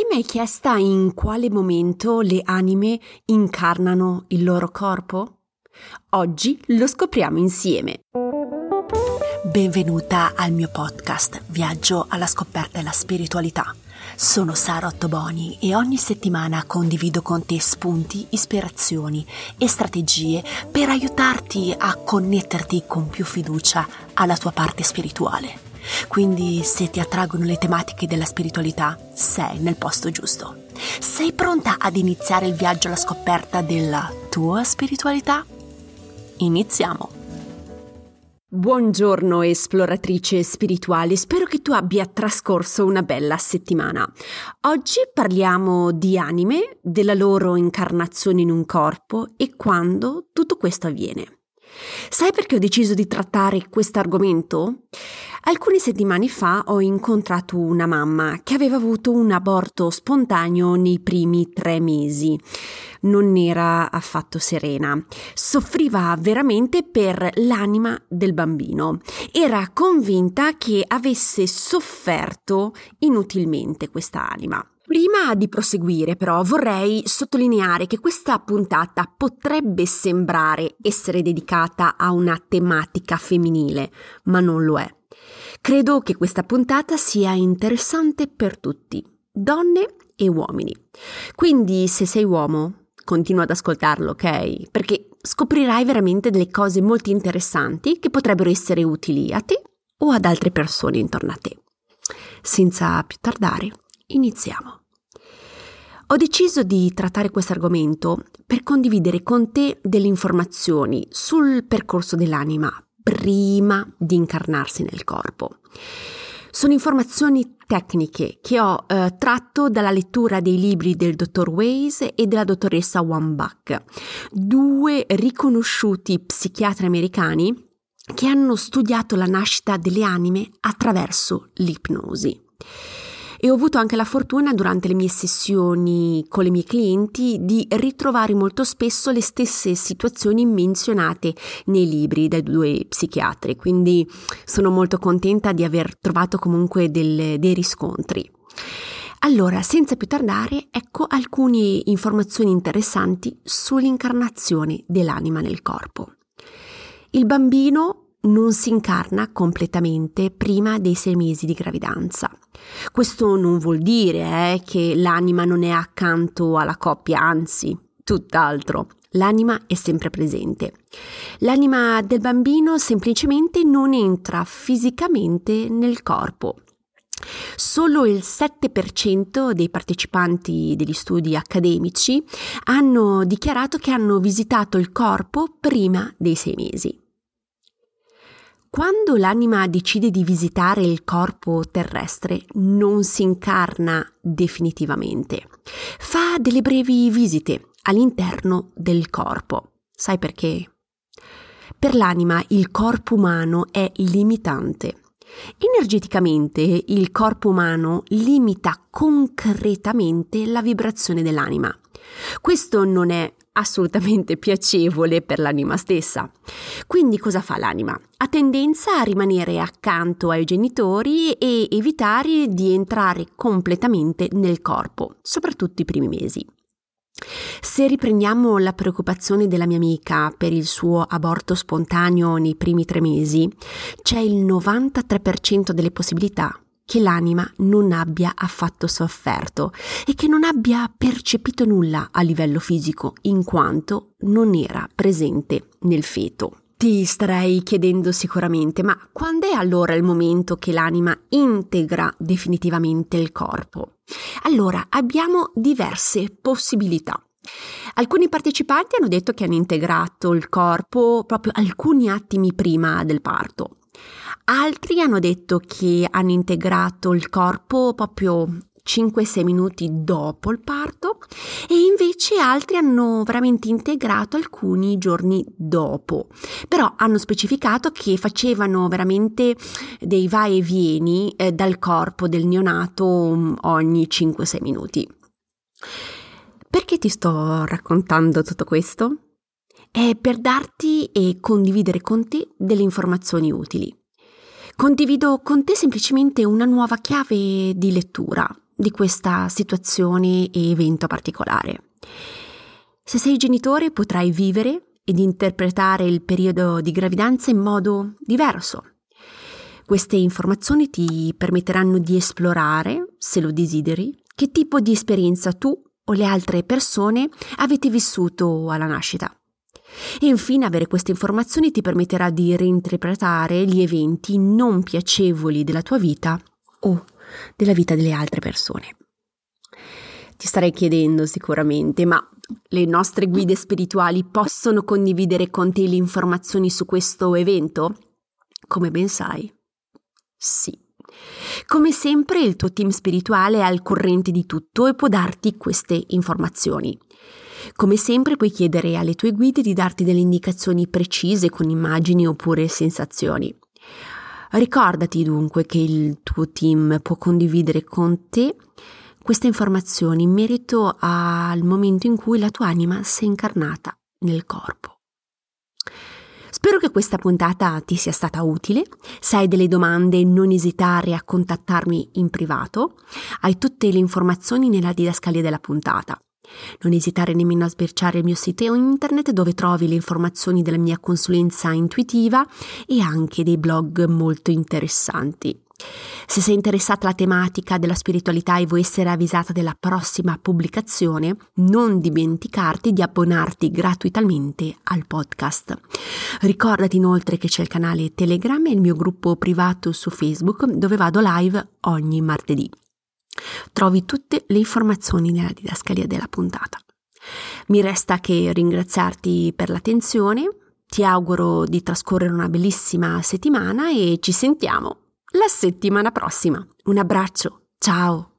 mai chiesta in quale momento le anime incarnano il loro corpo? Oggi lo scopriamo insieme. Benvenuta al mio podcast Viaggio alla scoperta della spiritualità. Sono Sara Ottoboni e ogni settimana condivido con te spunti, ispirazioni e strategie per aiutarti a connetterti con più fiducia alla tua parte spirituale. Quindi se ti attraggono le tematiche della spiritualità, sei nel posto giusto. Sei pronta ad iniziare il viaggio alla scoperta della tua spiritualità? Iniziamo! Buongiorno esploratrice spirituale, spero che tu abbia trascorso una bella settimana. Oggi parliamo di anime, della loro incarnazione in un corpo e quando tutto questo avviene. Sai perché ho deciso di trattare questo argomento? Alcune settimane fa ho incontrato una mamma che aveva avuto un aborto spontaneo nei primi 3 mesi. Non era affatto serena. Soffriva veramente per l'anima del bambino. Era convinta che avesse sofferto inutilmente questa anima. Prima di proseguire, però, vorrei sottolineare che questa puntata potrebbe sembrare essere dedicata a una tematica femminile, ma non lo è. Credo che questa puntata sia interessante per tutti, donne e uomini. Quindi, se sei uomo, continua ad ascoltarlo, ok? Perché scoprirai veramente delle cose molto interessanti che potrebbero essere utili a te o ad altre persone intorno a te. Senza più tardare, iniziamo. Ho deciso di trattare questo argomento per condividere con te delle informazioni sul percorso dell'anima prima di incarnarsi nel corpo. Sono informazioni tecniche che ho tratto dalla lettura dei libri del dottor Weiss e della dottoressa Wambach, 2 riconosciuti psichiatri americani che hanno studiato la nascita delle anime attraverso l'ipnosi. E ho avuto anche la fortuna durante le mie sessioni con le mie clienti di ritrovare molto spesso le stesse situazioni menzionate nei libri dai 2 psichiatri, quindi sono molto contenta di aver trovato comunque dei riscontri. Allora, senza più tardare, ecco alcune informazioni interessanti sull'incarnazione dell'anima nel corpo. Il bambino non si incarna completamente prima dei 6 mesi di gravidanza. Questo non vuol dire che l'anima non è accanto alla coppia, anzi, tutt'altro. L'anima è sempre presente. L'anima del bambino semplicemente non entra fisicamente nel corpo. Solo il 7% dei partecipanti degli studi accademici hanno dichiarato che hanno visitato il corpo prima dei 6 mesi. Quando l'anima decide di visitare il corpo terrestre, non si incarna definitivamente. Fa delle brevi visite all'interno del corpo. Sai perché? Per l'anima il corpo umano è limitante. Energeticamente il corpo umano limita concretamente la vibrazione dell'anima. Questo non è assolutamente piacevole per l'anima stessa. Quindi cosa fa l'anima? Ha tendenza a rimanere accanto ai genitori e evitare di entrare completamente nel corpo, soprattutto i primi mesi. Se riprendiamo la preoccupazione della mia amica per il suo aborto spontaneo nei primi 3 mesi, c'è il 93% delle possibilità che l'anima non abbia affatto sofferto e che non abbia percepito nulla a livello fisico, in quanto non era presente nel feto. Ti starei chiedendo sicuramente, ma quando è allora il momento che l'anima integra definitivamente il corpo? Allora, abbiamo diverse possibilità. Alcuni partecipanti hanno detto che hanno integrato il corpo proprio alcuni attimi prima del parto. Altri hanno detto che hanno integrato il corpo proprio 5-6 minuti dopo il parto e invece altri hanno veramente integrato alcuni giorni dopo. Però hanno specificato che facevano veramente dei va e vieni dal corpo del neonato ogni 5-6 minuti. Perché ti sto raccontando tutto questo? È per darti e condividere con te delle informazioni utili. Condivido con te semplicemente una nuova chiave di lettura, di questa situazione e evento particolare. Se sei genitore potrai vivere ed interpretare il periodo di gravidanza in modo diverso. Queste informazioni ti permetteranno di esplorare, se lo desideri, che tipo di esperienza tu o le altre persone avete vissuto alla nascita. E infine avere queste informazioni ti permetterà di reinterpretare gli eventi non piacevoli della tua vita o della vita delle altre persone. Ti starei chiedendo sicuramente, ma le nostre guide spirituali possono condividere con te le informazioni su questo evento? Come ben sai, sì. Come sempre il tuo team spirituale è al corrente di tutto e può darti queste informazioni. Come sempre puoi chiedere alle tue guide di darti delle indicazioni precise con immagini oppure sensazioni. Ricordati dunque che il tuo team può condividere con te queste informazioni in merito al momento in cui la tua anima si è incarnata nel corpo. Spero che questa puntata ti sia stata utile. Se hai delle domande, non esitare a contattarmi in privato. Hai tutte le informazioni nella didascalia della puntata. Non esitare nemmeno a sbirciare il mio sito internet dove trovi le informazioni della mia consulenza intuitiva e anche dei blog molto interessanti. Se sei interessata alla tematica della spiritualità e vuoi essere avvisata della prossima pubblicazione, non dimenticarti di abbonarti gratuitamente al podcast. Ricordati inoltre che c'è il canale Telegram e il mio gruppo privato su Facebook dove vado live ogni martedì. Trovi tutte le informazioni nella didascalia della puntata. Mi resta che ringraziarti per l'attenzione, ti auguro di trascorrere una bellissima settimana e ci sentiamo la settimana prossima. Un abbraccio, ciao!